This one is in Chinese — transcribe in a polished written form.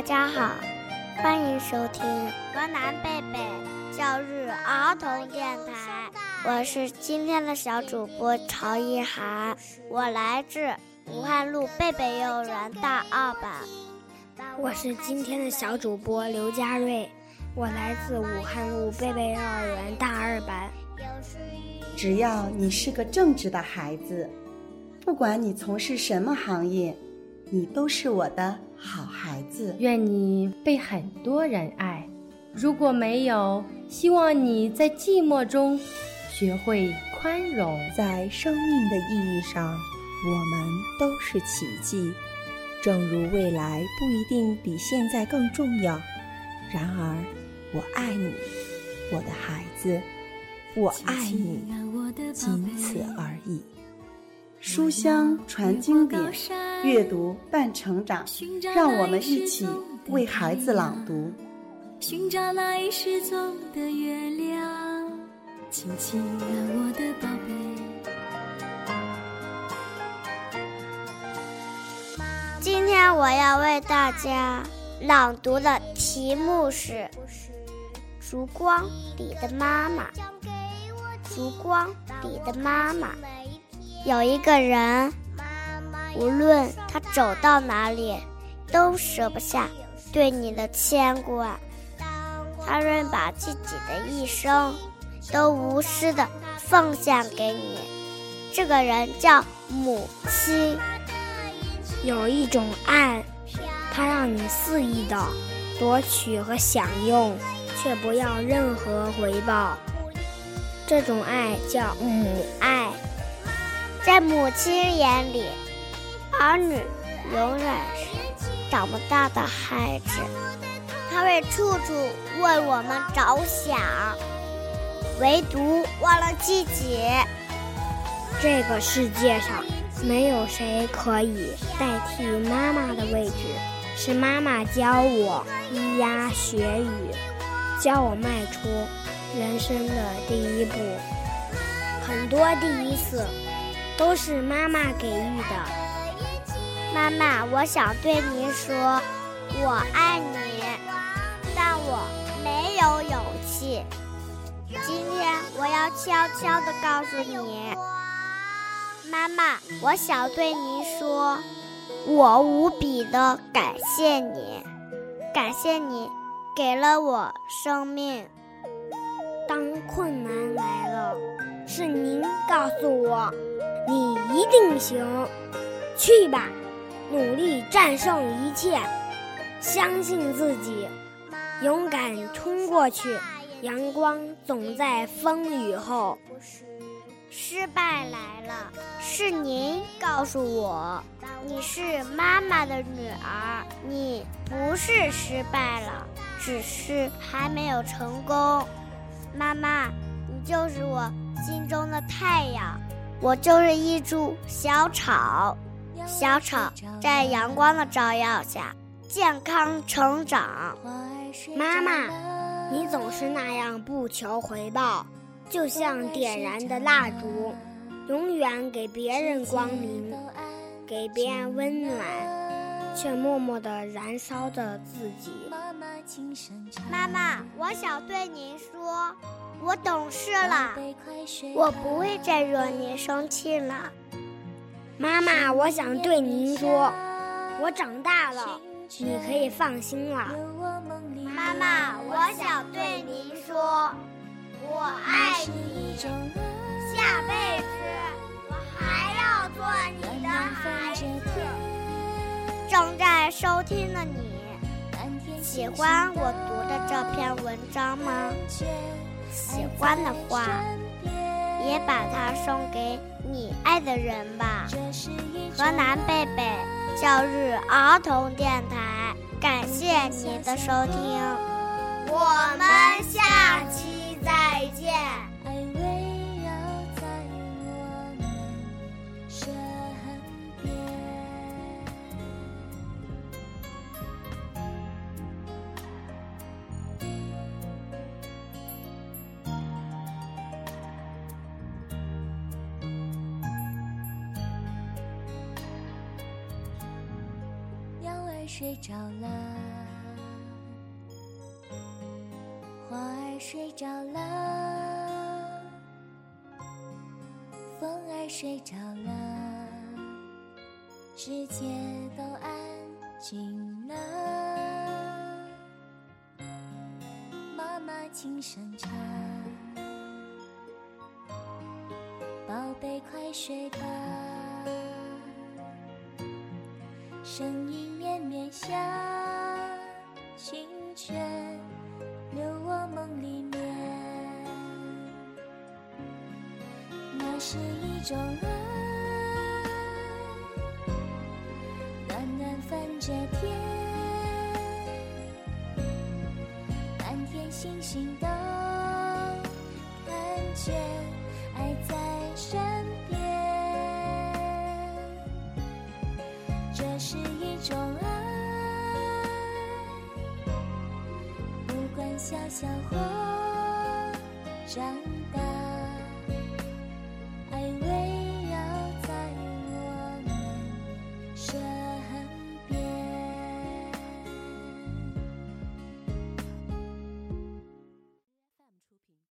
大家好，欢迎收听河南贝贝教育儿童电台，我是今天的小主播曹一涵，我来自武汉路贝贝幼儿园大2班。 我是今天的小主播刘佳瑞，我来自武汉路贝贝幼儿园大2班。 只要你是个正直的孩子，不管你从事什么行业，你都是我的好孩子。 愿你被很多人爱，如果没有，希望你在寂寞中学会宽容。 在生命的意义上，我们都是奇迹。正如未来不一定比现在更重要，然而我爱你，我的孩子，我爱你，仅此而已。 书香传经典，阅读伴成长，让我们一起为孩子朗读。 寻找那已失踪的月亮，亲亲啊我的宝贝。 今天我要为大家朗读的题目是烛光里的妈妈。烛光里的妈妈，有一个人，无论他走到哪里，都舍不下对你的牵挂，他愿把自己的一生都无私地奉献给你。这个人叫母亲。 有一种爱，它让你肆意地夺取和享用，却不要任何回报。这种爱叫母爱。 在母亲眼里，儿女永远是长不大的孩子，他会处处为我们着想，唯独忘了自己。 这个世界上没有谁可以代替妈妈的位置，是妈妈教我咿呀学语，教我迈出人生的第一步。很多第一次都是妈妈给予的。 妈妈，我想对您说，我爱你，但我没有勇气。今天我要悄悄地告诉你，妈妈，我想对您说，我无比的感谢你，感谢你给了我生命。 当困难来了，是您告诉我，你一定行，去吧，努力战胜一切，相信自己，勇敢冲过去，阳光总在风雨后。 失败来了，是您告诉我，你是妈妈的女儿，你不是失败了，只是还没有成功。妈妈，你就是我心中的太阳，我就是一株小草，小草在阳光的照耀下健康成长。 妈妈，你总是那样不求回报，就像点燃的蜡烛，永远给别人光明，给别人温暖，却默默地燃烧着自己。 妈妈，我想对您说，我懂事了，我不会再惹您生气了。 妈妈，我想对您说，我长大了，你可以放心了。 妈妈，我想对您说，我爱你，下辈子我还要做你的孩子。正在收听的你，喜欢我读的这篇文章吗？喜欢的话，也把它送给你爱的人吧。河南贝贝教育儿童电台，感谢您的收听，我们下期再见。 爱围绕在我们身边。鸟儿睡着了。 睡着了，风儿睡着了，世界都安静了。妈妈轻声唱，宝贝快睡吧，声音绵绵像清泉流我梦里面。那是一种爱，暖暖泛着天，满天星星都看见，爱在身边。这是一种爱，不管小小或长大。